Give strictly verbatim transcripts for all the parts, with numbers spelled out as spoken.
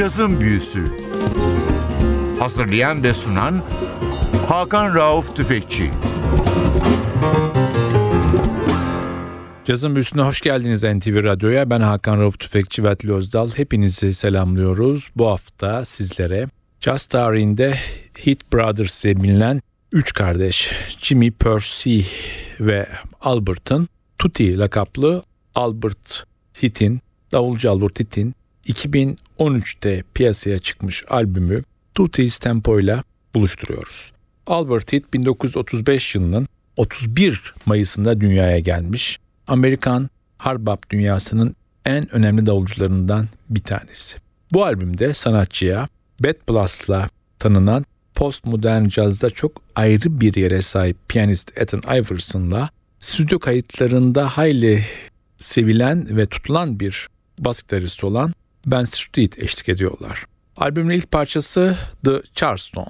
Cazın Büyüsü. Hazırlayan ve sunan Hakan Rauf Tüfekçi. Cazın Büyüsü'ne hoş geldiniz N T V Radyo'ya. Ben Hakan Rauf Tüfekçi ve Atli Özdal. Hepinizi selamlıyoruz. Bu hafta sizlere caz tarihinde Heath Brothers diye bilinen üç kardeş Jimmy, Percy ve Albert'ın Tutti lakaplı Albert Heath'in, davulcu Albert Heath'in iki bin on üçte piyasaya çıkmış albümü Tutti's Tempo'yla buluşturuyoruz. Albert Heath bin dokuz yüz otuz beş yılının otuz bir Mayıs'ında dünyaya gelmiş. Amerikan hard bop dünyasının en önemli davulcularından bir tanesi. Bu albümde sanatçıya Bad Blues'la tanınan postmodern cazda çok ayrı bir yere sahip piyanist Ethan Iverson'la stüdyo kayıtlarında hayli sevilen ve tutulan bir bas gitarist olan Ben Street eşlik ediyorlar. Albümün ilk parçası The Charleston.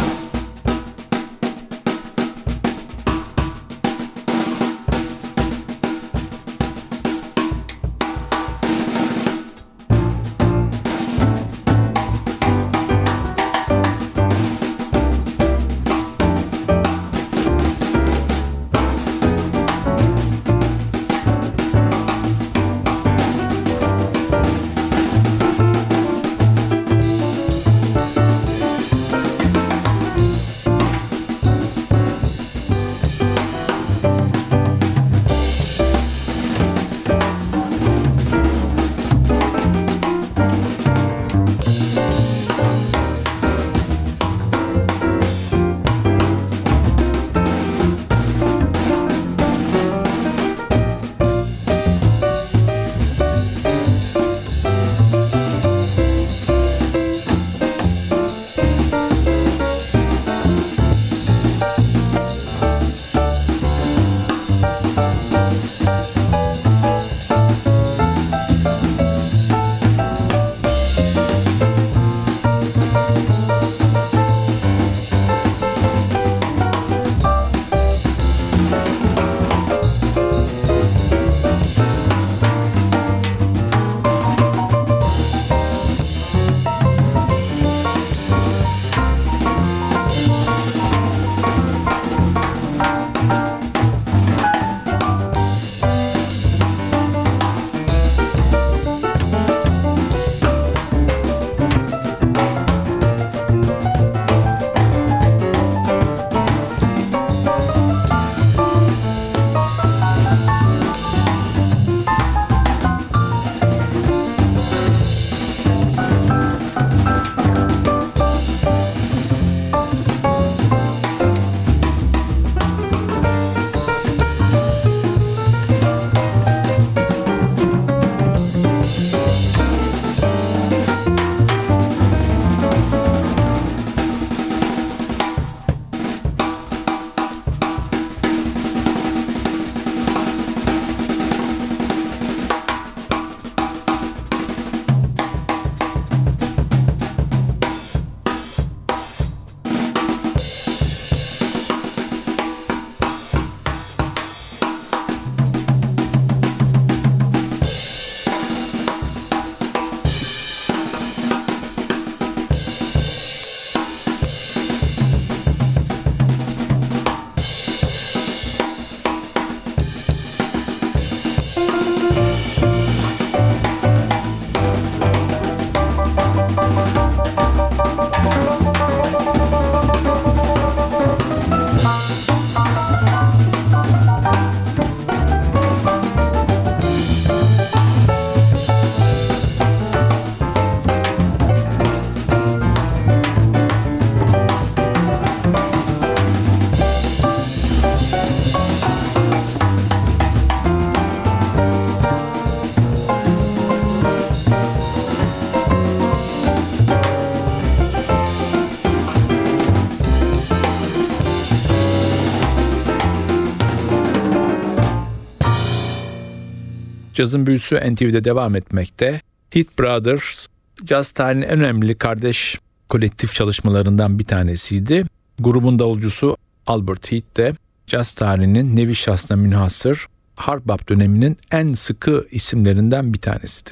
Cazın Büyüsü N T V'de devam etmekte. Heath Brothers, caz tarihinin en önemli kardeş kolektif çalışmalarından bir tanesiydi. Grubun davulcusu Albert Heath de caz tarihinin nevi şahsına münhasır hard bop döneminin en sıkı isimlerinden bir tanesidir.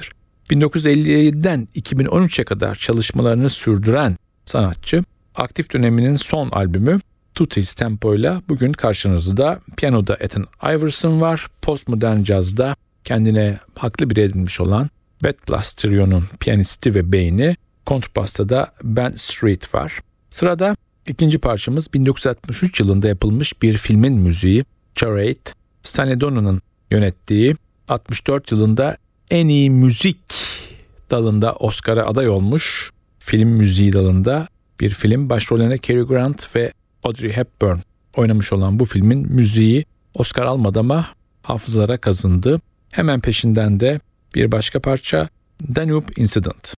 bin dokuz yüz elli yediden iki bin on üçe kadar çalışmalarını sürdüren sanatçı, aktif döneminin son albümü Tutti's Tempo ile bugün karşınızda. Piyanoda Ethan Iverson var. Postmodern cazda kendine haklı bir edinmiş olan Bad Blast Trio'nun piyanisti ve beyni, kontrbasta da Ben Street var. Sırada ikinci parçamız bin dokuz yüz altmış üç yılında yapılmış bir filmin müziği Charade, Stanley Donovan'ın yönettiği, altmış dört yılında en iyi müzik dalında Oscar'a aday olmuş film müziği dalında bir film. Başrollerine Cary Grant ve Audrey Hepburn oynamış olan bu filmin müziği Oscar almadı ama hafızalara kazındı. Hemen peşinden de bir başka parça, Danube Incident.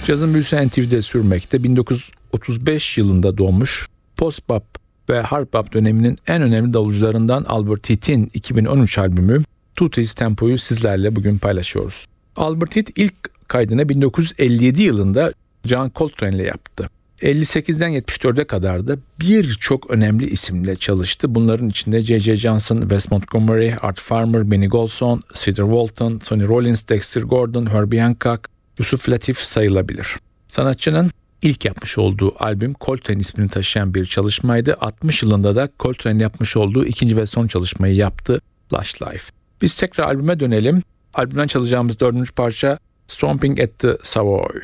Cazın büyüsü N T V'de sürmekte. bin dokuz yüz otuz beş yılında doğmuş, post-bop ve hard bop döneminin en önemli davulcularından Albert Heath'in iki bin on üç albümü Tutti Tempo'yu sizlerle bugün paylaşıyoruz. Albert Heath ilk kaydını bin dokuz yüz elli yedi yılında John Coltrane ile yaptı. elli sekizden yetmiş dörde kadar da birçok önemli isimle çalıştı. Bunların içinde J J Johnson, Wes Montgomery, Art Farmer, Benny Golson, Cedar Walton, Sonny Rollins, Dexter Gordon, Herbie Hancock, Yusuf Latif sayılabilir. Sanatçının ilk yapmış olduğu albüm Coltrane ismini taşıyan bir çalışmaydı. altmış yılında da Coltrane yapmış olduğu ikinci ve son çalışmayı yaptı, Lush Life. Biz tekrar albüme dönelim. Albümden çalacağımız dördüncü parça Stomping at the Savoy.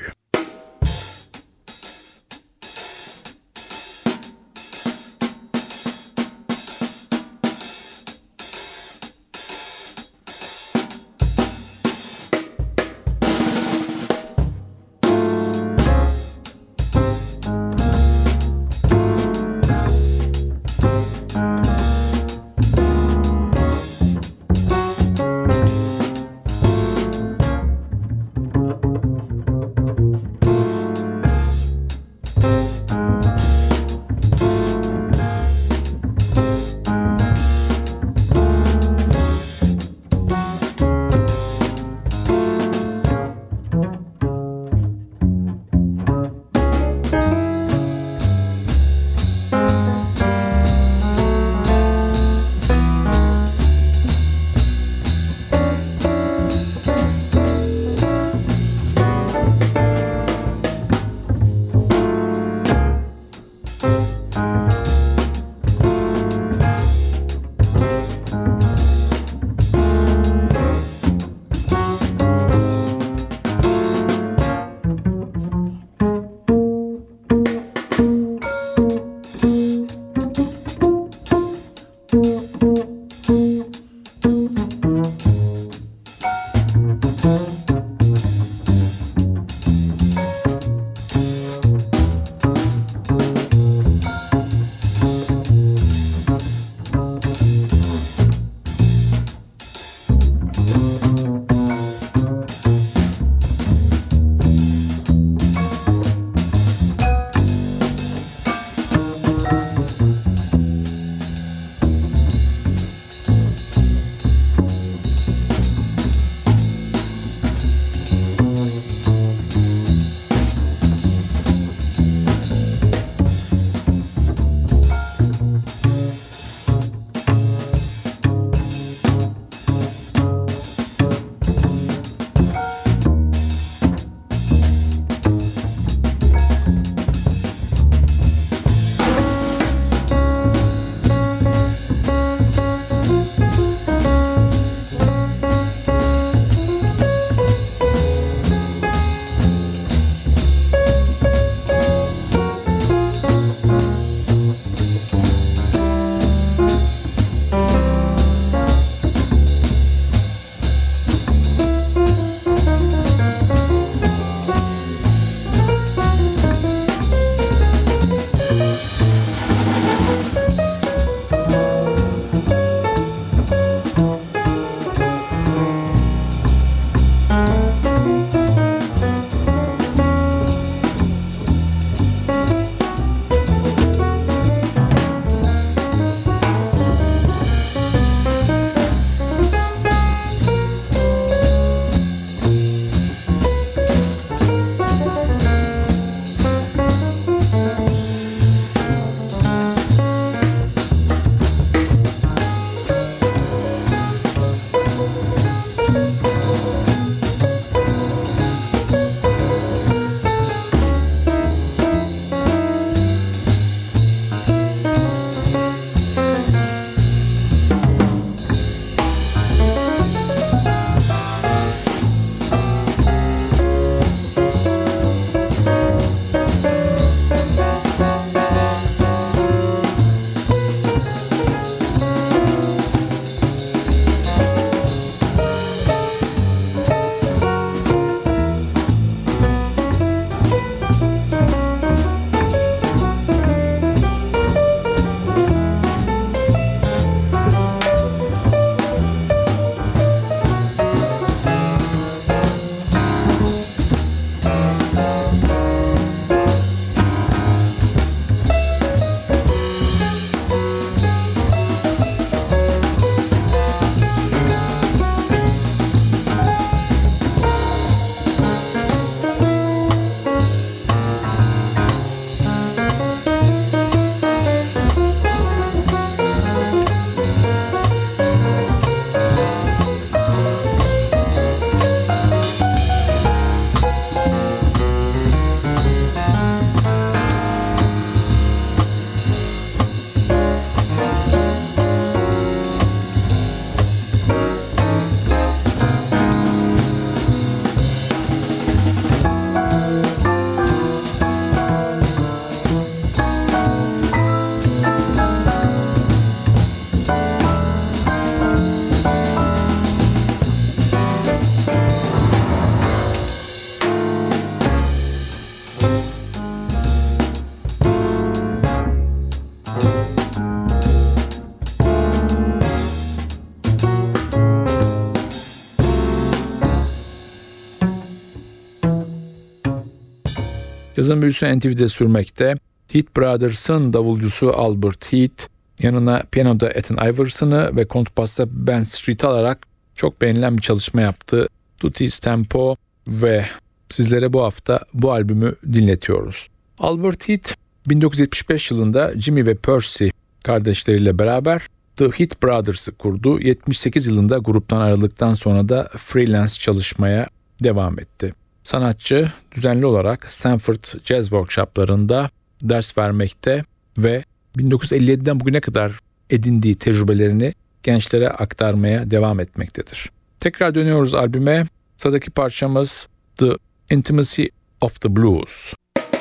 Cazın büyüsü N T V'de sürmekte. Heath Brothers'ın davulcusu Albert Heath, yanına piyanoda Ethan Iverson'ı ve kontrbasta Ben Street'i alarak çok beğenilen bir çalışma yaptı. Tutti Tempo ve sizlere bu hafta bu albümü dinletiyoruz. Albert Heath bin dokuz yüz yetmiş beş yılında Jimmy ve Percy kardeşleriyle beraber The Heath Brothers'ı kurdu. yetmiş sekiz yılında gruptan ayrıldıktan sonra da freelance çalışmaya devam etti. Sanatçı düzenli olarak Sanford Jazz Workshop'larında ders vermekte ve bin dokuz yüz elli yediden bugüne kadar edindiği tecrübelerini gençlere aktarmaya devam etmektedir. Tekrar dönüyoruz albüme. Sıradaki parçamız The Intimacy of the Blues.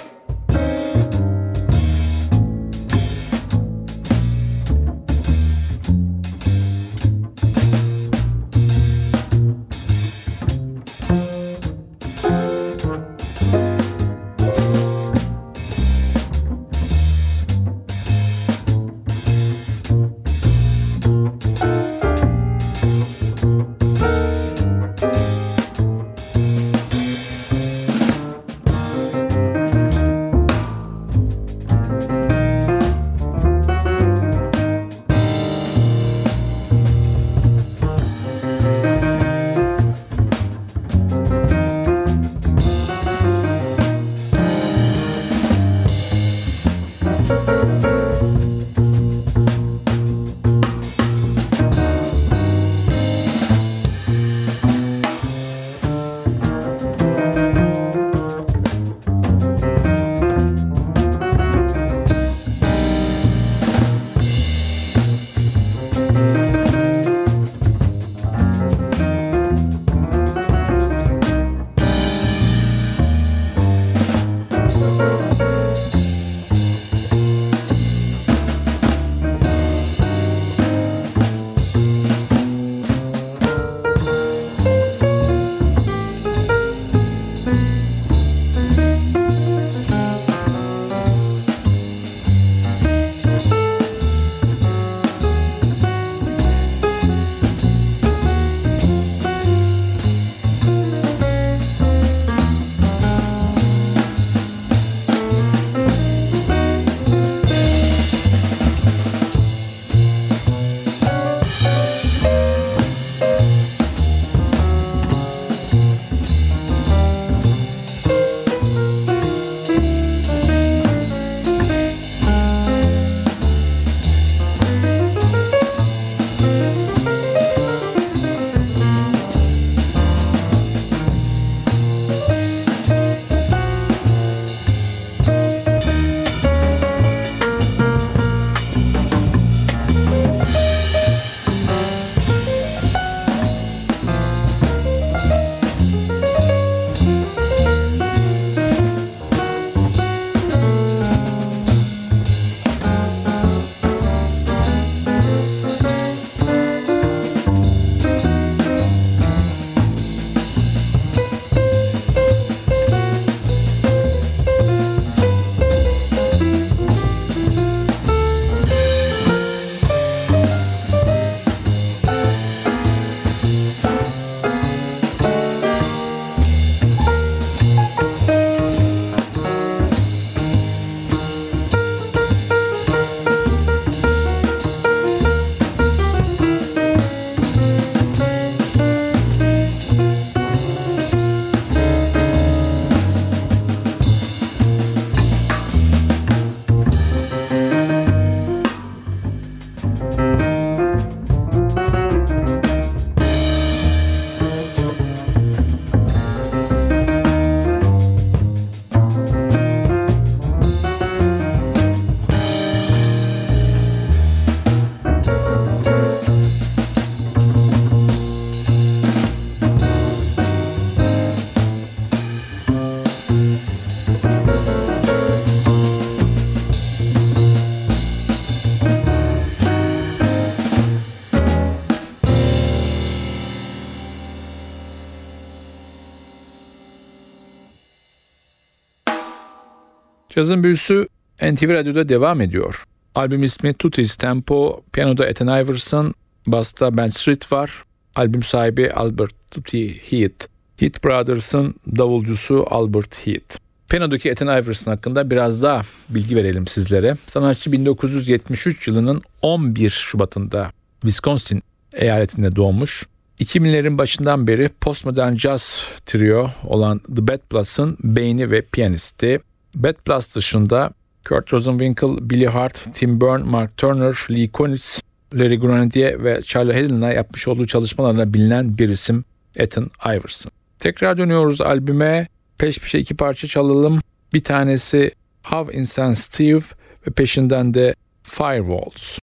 Cazın büyüsü N T V Radyo'da devam ediyor. Albüm ismi Tutti Tempo, piyanoda Ethan Iverson, basta Ben Street var. Albüm sahibi Albert Tutti Heath. Heath Brothers'ın davulcusu Albert Heath. Piyanodaki Ethan Iverson hakkında biraz daha bilgi verelim sizlere. Sanatçı bin dokuz yüz yetmiş üç yılının on bir Şubat'ında Wisconsin eyaletinde doğmuş. iki binlerin başından beri postmodern jazz trio olan The Bad Blood'ın beyni ve piyanisti. Bad Blood dışında Kurt Rosenwinkel, Billy Hart, Tim Berne, Mark Turner, Lee Konitz, Larry Grenadier ve Charlie Haden'la yapmış olduğu çalışmalarına bilinen bir isim Ethan Iverson. Tekrar dönüyoruz albüme. Peş peşe iki parça çalalım. Bir tanesi How Insensitive ve peşinden de Firewalls.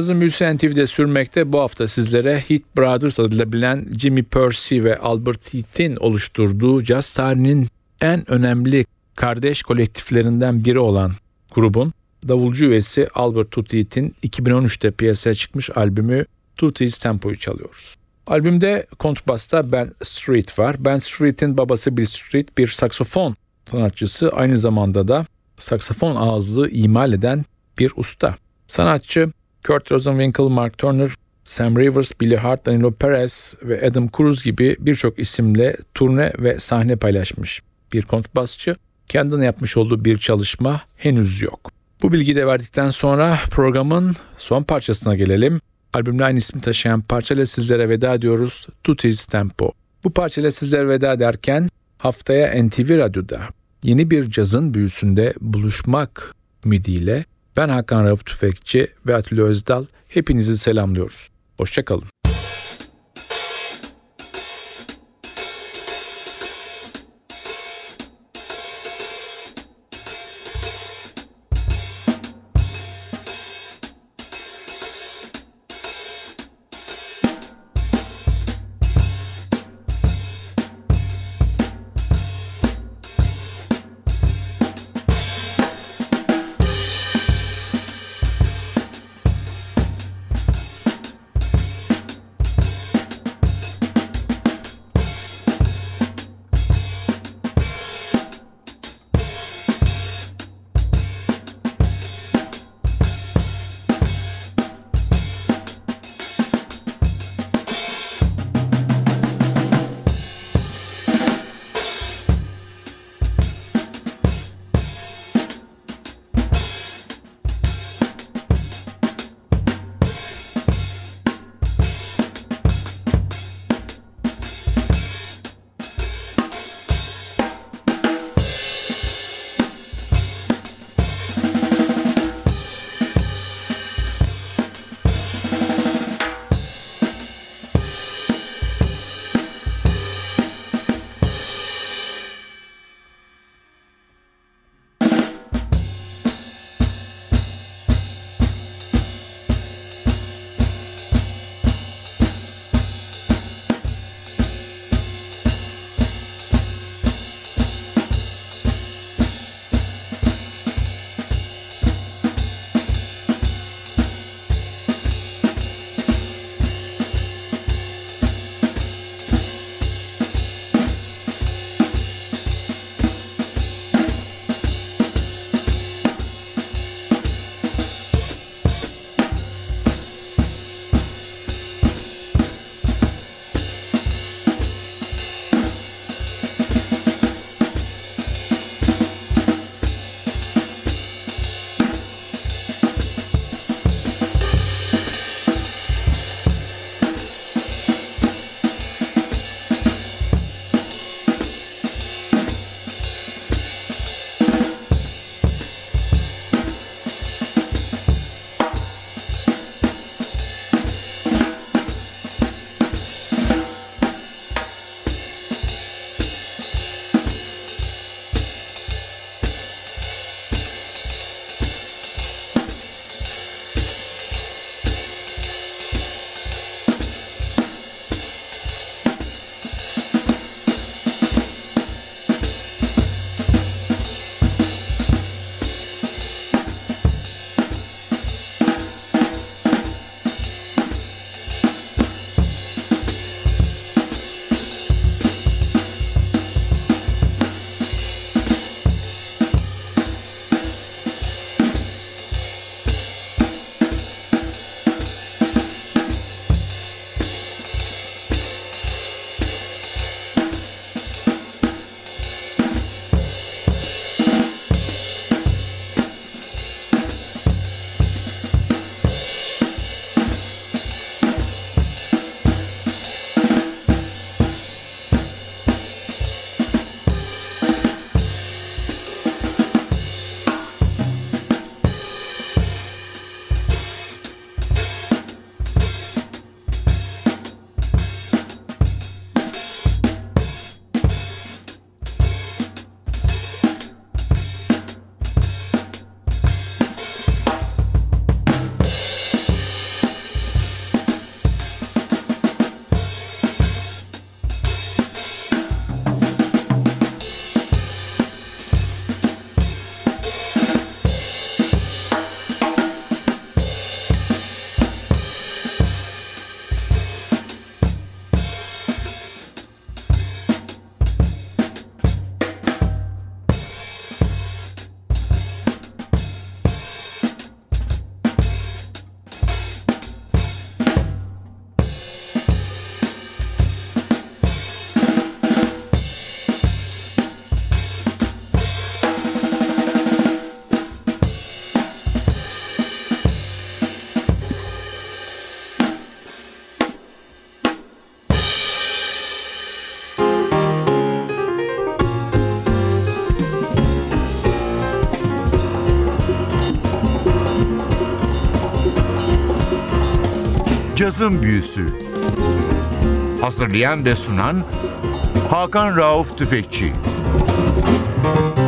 Cazın büyüsü N T V'de sürmekte. Bu hafta sizlere Heath Brothers adıyla bilinen Jimmy Percy ve Albert Heath'in oluşturduğu caz tarihinin en önemli kardeş kolektiflerinden biri olan grubun davulcu üyesi Albert Tootie Heath'in iki bin on üçte piyasaya çıkmış albümü Tootie's Tempo'yu çalıyoruz. Albümde kontrbasta Ben Street var. Ben Street'in babası Bill Street bir saksofon sanatçısı, aynı zamanda da saksafon ağızlığı imal eden bir usta. Sanatçı Kurt Rosenwinkel, Mark Turner, Sam Rivers, Billy Hart, Danilo Perez ve Adam Cruz gibi birçok isimle turne ve sahne paylaşmış bir kontrbasçı. Kendine yapmış olduğu bir çalışma henüz yok. Bu bilgiyi de verdikten sonra programın son parçasına gelelim. Albümle aynı ismi taşıyan parçayla sizlere veda ediyoruz. Tootie's Tempo. Bu parçayla sizlere veda ederken haftaya N T V Radyo'da yeni bir cazın büyüsünde buluşmak ümidiyle ben Hakan Rauf Tüfekçi ve Atilla Özdal hepinizi selamlıyoruz. Hoşça kalın. Cazın Büyüsü. Hazırlayan ve sunan Hakan Rauf Tüfekçi.